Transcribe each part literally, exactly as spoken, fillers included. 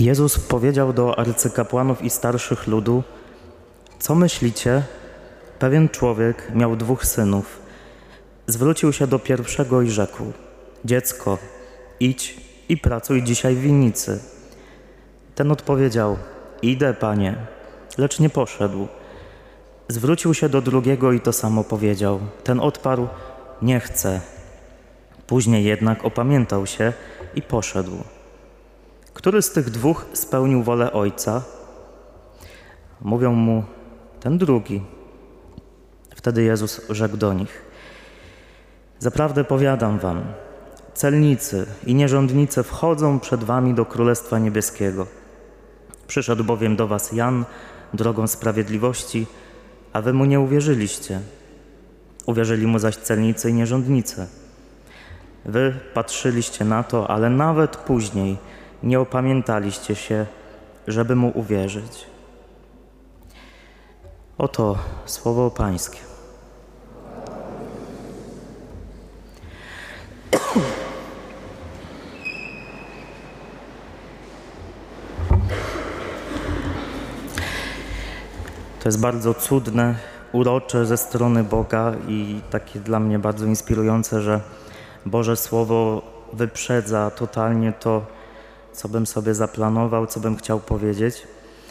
Jezus powiedział do arcykapłanów i starszych ludu: co myślicie? Pewien człowiek miał dwóch synów. Zwrócił się do pierwszego i rzekł: dziecko, idź i pracuj dzisiaj w winnicy. Ten odpowiedział: idę, panie, lecz nie poszedł. Zwrócił się do drugiego i to samo powiedział. Ten odparł: nie chcę. Później jednak opamiętał się i poszedł. Który z tych dwóch spełnił wolę ojca? Mówią mu: ten drugi. Wtedy Jezus rzekł do nich: zaprawdę powiadam wam, celnicy i nierządnicy wchodzą przed wami do Królestwa Niebieskiego. Przyszedł bowiem do was Jan drogą sprawiedliwości, a wy mu nie uwierzyliście. Uwierzyli mu zaś celnicy i nierządnicy. Wy patrzyliście na to, ale nawet później nie opamiętaliście się, żeby mu uwierzyć. Oto słowo Pańskie. To jest bardzo cudne, urocze ze strony Boga i takie dla mnie bardzo inspirujące, że Boże Słowo wyprzedza totalnie to, co bym sobie zaplanował, co bym chciał powiedzieć.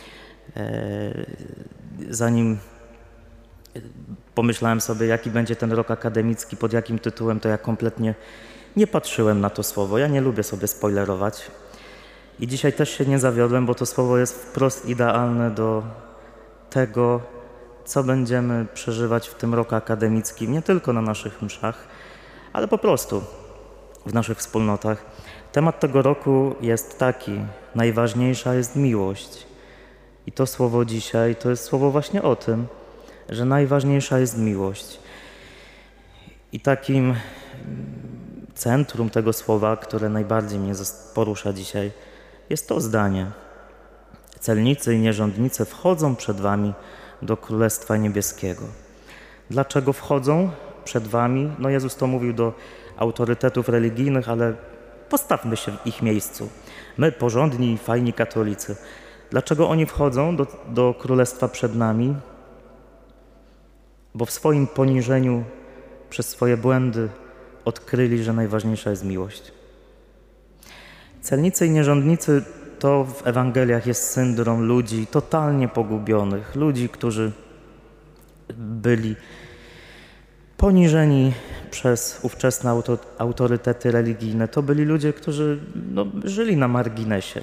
Zanim pomyślałem sobie, jaki będzie ten rok akademicki, pod jakim tytułem, to ja kompletnie nie patrzyłem na to słowo. Ja nie lubię sobie spoilerować. I dzisiaj też się nie zawiodłem, bo to słowo jest wprost idealne do tego, co będziemy przeżywać w tym roku akademickim, nie tylko na naszych mszach, ale po prostu w naszych wspólnotach. Temat tego roku jest taki: najważniejsza jest miłość. I to słowo dzisiaj to jest słowo właśnie o tym, że najważniejsza jest miłość. I takim centrum tego słowa, które najbardziej mnie porusza dzisiaj, jest to zdanie: celnicy i nierządnicy wchodzą przed wami do Królestwa Niebieskiego. Dlaczego wchodzą przed wami? No Jezus to mówił do autorytetów religijnych, ale postawmy się w ich miejscu. My, porządni i fajni katolicy. Dlaczego oni wchodzą do, do Królestwa przed nami? Bo w swoim poniżeniu, przez swoje błędy odkryli, że najważniejsza jest miłość. Celnicy i nierządnicy to w Ewangeliach jest syndrom ludzi totalnie pogubionych, ludzi, którzy byli poniżeni przez ówczesne auto, autorytety religijne. To byli ludzie, którzy no, żyli na marginesie.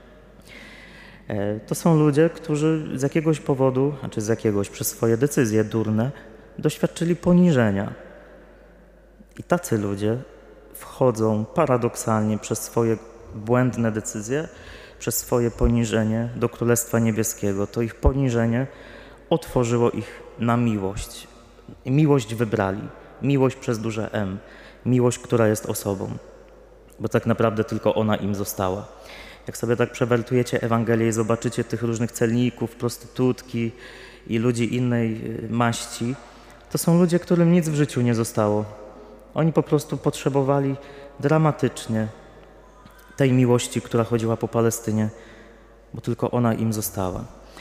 To są ludzie, którzy z jakiegoś powodu, znaczy z jakiegoś, przez swoje decyzje durne, doświadczyli poniżenia. I tacy ludzie wchodzą paradoksalnie przez swoje błędne decyzje, przez swoje poniżenie do Królestwa Niebieskiego. To ich poniżenie otworzyło ich na miłość. Miłość wybrali. Miłość przez duże M. Miłość, która jest osobą. Bo tak naprawdę tylko ona im została. Jak sobie tak przewertujecie Ewangelię i zobaczycie tych różnych celników, prostytutki i ludzi innej maści, to są ludzie, którym nic w życiu nie zostało. Oni po prostu potrzebowali dramatycznie tej miłości, która chodziła po Palestynie, bo tylko ona im została.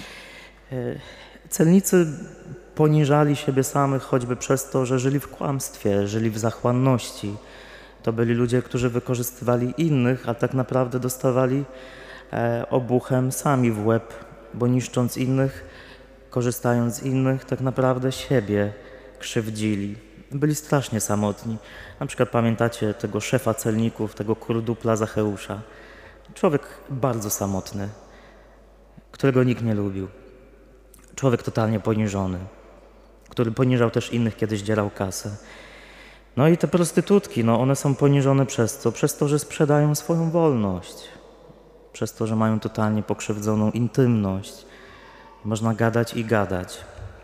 Celnicy poniżali siebie samych choćby przez to, że żyli w kłamstwie, żyli w zachłanności. To byli ludzie, którzy wykorzystywali innych, a tak naprawdę dostawali obuchem sami w łeb, bo niszcząc innych, korzystając z innych, tak naprawdę siebie krzywdzili. Byli strasznie samotni. Na przykład pamiętacie tego szefa celników, tego kurdupla Zacheusza. Człowiek bardzo samotny, którego nikt nie lubił. Człowiek totalnie poniżony, który poniżał też innych, kiedy zdzierał kasę. No i te prostytutki, no one są poniżone przez co? Przez to, że sprzedają swoją wolność. Przez to, że mają totalnie pokrzywdzoną intymność. Można gadać i gadać.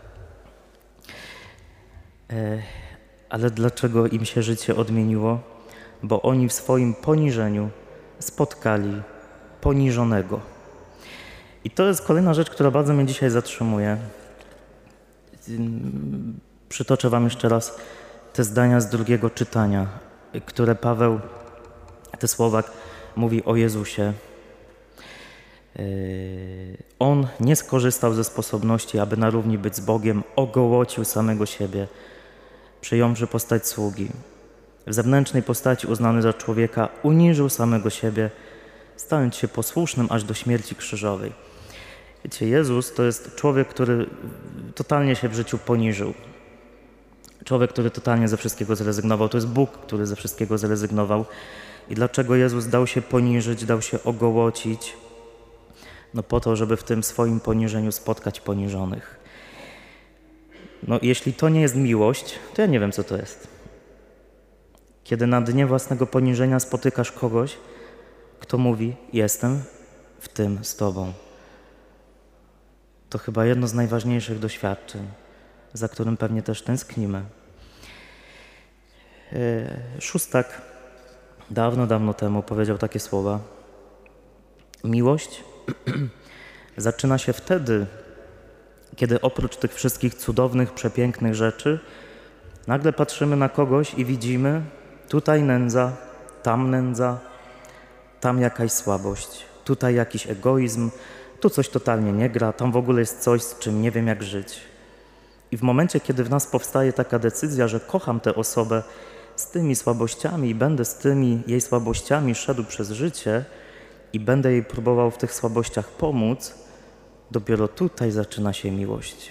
E, ale dlaczego im się życie odmieniło? Bo oni w swoim poniżeniu spotkali poniżonego. I to jest kolejna rzecz, która bardzo mnie dzisiaj zatrzymuje. Przytoczę wam jeszcze raz te zdania z drugiego czytania, które Paweł, te słowa mówi o Jezusie. On nie skorzystał ze sposobności, aby na równi być z Bogiem, ogołocił samego siebie, przyjąwszy postać sługi. W zewnętrznej postaci uznany za człowieka uniżył samego siebie, stając się posłusznym aż do śmierci krzyżowej. Wiecie, Jezus to jest człowiek, który totalnie się w życiu poniżył. Człowiek, który totalnie ze wszystkiego zrezygnował. To jest Bóg, który ze wszystkiego zrezygnował. I dlaczego Jezus dał się poniżyć, dał się ogołocić? No po to, żeby w tym swoim poniżeniu spotkać poniżonych. No jeśli to nie jest miłość, to ja nie wiem, co to jest. Kiedy na dnie własnego poniżenia spotykasz kogoś, kto mówi, jestem w tym z Tobą. To chyba jedno z najważniejszych doświadczeń, za którym pewnie też tęsknimy. Szóstak dawno, dawno temu powiedział takie słowa. Miłość zaczyna się wtedy, kiedy oprócz tych wszystkich cudownych, przepięknych rzeczy nagle patrzymy na kogoś i widzimy tutaj nędza, tam nędza, tam jakaś słabość, tutaj jakiś egoizm, tu coś totalnie nie gra, tam w ogóle jest coś, z czym nie wiem jak żyć. I w momencie, kiedy w nas powstaje taka decyzja, że kocham tę osobę z tymi słabościami i będę z tymi jej słabościami szedł przez życie i będę jej próbował w tych słabościach pomóc, dopiero tutaj zaczyna się miłość.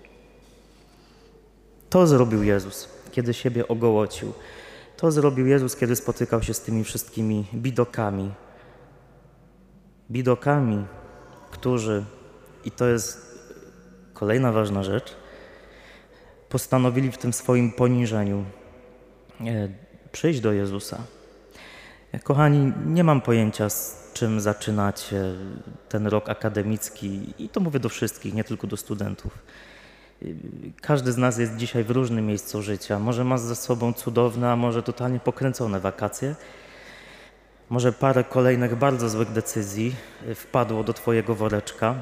To zrobił Jezus, kiedy siebie ogołocił. To zrobił Jezus, kiedy spotykał się z tymi wszystkimi bidokami. Bidokami, którzy, i to jest kolejna ważna rzecz, postanowili w tym swoim poniżeniu przyjść do Jezusa. Kochani, nie mam pojęcia, z czym zaczynacie ten rok akademicki i to mówię do wszystkich, nie tylko do studentów. Każdy z nas jest dzisiaj w różnym miejscu życia. Może ma za sobą cudowne, a może totalnie pokręcone wakacje. Może parę kolejnych bardzo złych decyzji wpadło do twojego woreczka.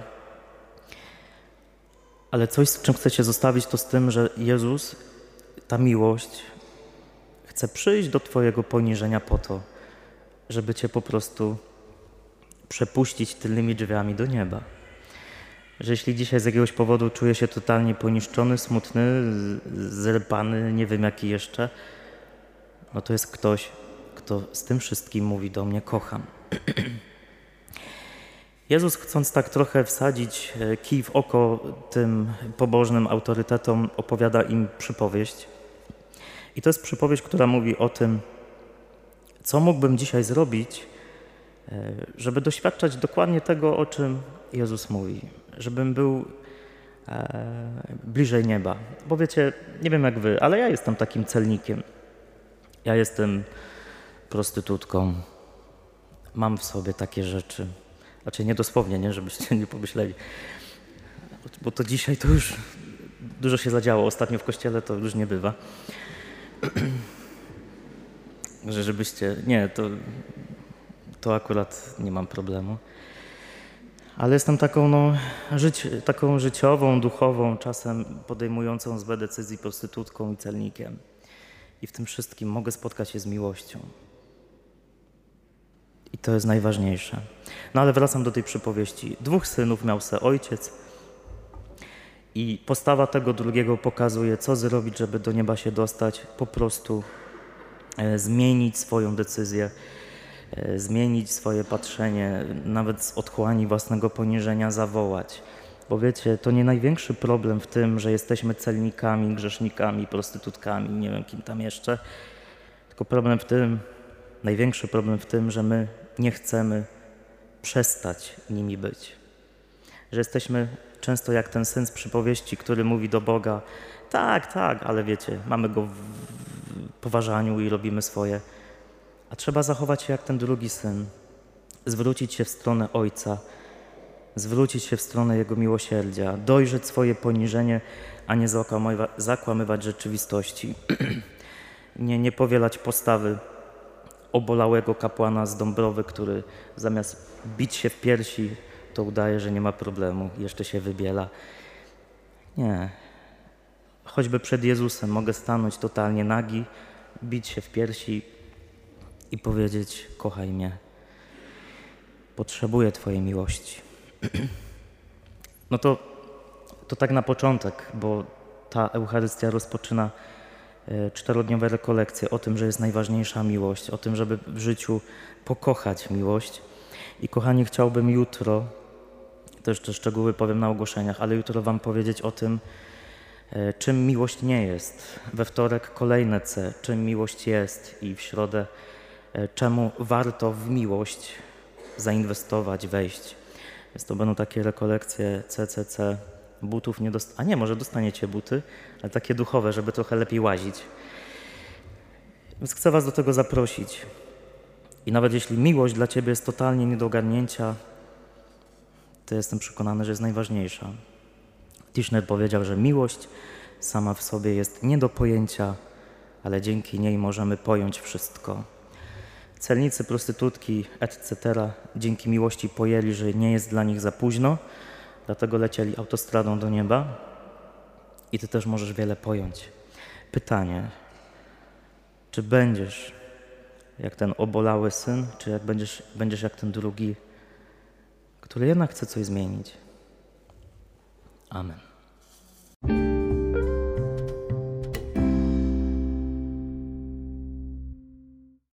Ale coś, z czym chcę cię zostawić, to z tym, że Jezus, ta miłość, chce przyjść do twojego poniżenia po to, żeby cię po prostu przepuścić tylnymi drzwiami do nieba. Że jeśli dzisiaj z jakiegoś powodu czuję się totalnie poniszczony, smutny, zrypany, nie wiem jaki jeszcze, no to jest ktoś, kto z tym wszystkim mówi do mnie, kocham. Jezus, chcąc tak trochę wsadzić kij w oko tym pobożnym autorytetom, opowiada im przypowieść. I to jest przypowieść, która mówi o tym, co mógłbym dzisiaj zrobić, żeby doświadczać dokładnie tego, o czym Jezus mówi. Żebym był e, bliżej nieba. Bo wiecie, nie wiem jak wy, ale ja jestem takim celnikiem. Ja jestem prostytutką. Mam w sobie takie rzeczy. Znaczy nie dosłownie, nie, żebyście nie pomyśleli. Bo to dzisiaj to już dużo się zadziało. Ostatnio w kościele to już nie bywa. Że żebyście... Nie, to, to akurat nie mam problemu. Ale jestem taką, no, żyć, taką życiową, duchową, czasem podejmującą złe decyzje prostytutką i celnikiem. I w tym wszystkim mogę spotkać się z miłością. I to jest najważniejsze. No ale wracam do tej przypowieści. Dwóch synów miał se ojciec i postawa tego drugiego pokazuje, co zrobić, żeby do nieba się dostać. Po prostu e, zmienić swoją decyzję, e, zmienić swoje patrzenie, nawet z otchłani własnego poniżenia zawołać. Bo wiecie, to nie największy problem w tym, że jesteśmy celnikami, grzesznikami, prostytutkami, nie wiem kim tam jeszcze, tylko problem w tym, największy problem w tym, że my nie chcemy przestać nimi być. Że jesteśmy często jak ten syn z przypowieści, który mówi do Boga, tak, tak, ale wiecie, mamy go w poważaniu i robimy swoje. A trzeba zachować się jak ten drugi syn, zwrócić się w stronę Ojca, zwrócić się w stronę Jego miłosierdzia, dojrzeć swoje poniżenie, a nie zakłamywać, zakłamywać rzeczywistości. nie, nie powielać postawy obolałego kapłana z Dąbrowy, który zamiast bić się w piersi, to udaje, że nie ma problemu, jeszcze się wybiela. Nie. Choćby przed Jezusem mogę stanąć totalnie nagi, bić się w piersi i powiedzieć, kochaj mnie, potrzebuję Twojej miłości. No to, to tak na początek, bo ta Eucharystia rozpoczyna e, czterodniowe rekolekcje o tym, że jest najważniejsza miłość, o tym, żeby w życiu pokochać miłość. I kochani, chciałbym jutro, to jeszcze szczegóły powiem na ogłoszeniach, ale jutro wam powiedzieć o tym, e, czym miłość nie jest. We wtorek kolejne C, czym miłość jest, i w środę e, czemu warto w miłość zainwestować, wejść. Więc to będą takie rekolekcje C C C. Butów nie dost... A nie, może dostaniecie buty, ale takie duchowe, żeby trochę lepiej łazić. Więc chcę was do tego zaprosić. I nawet jeśli miłość dla ciebie jest totalnie nie do ogarnięcia, to jestem przekonany, że jest najważniejsza. Tischner powiedział, że miłość sama w sobie jest nie do pojęcia, ale dzięki niej możemy pojąć wszystko. Celnicy, prostytutki, et cetera dzięki miłości pojęli, że nie jest dla nich za późno, dlatego lecieli autostradą do nieba i ty też możesz wiele pojąć. Pytanie, czy będziesz jak ten obolały syn, czy jak będziesz, będziesz jak ten drugi, który jednak chce coś zmienić? Amen.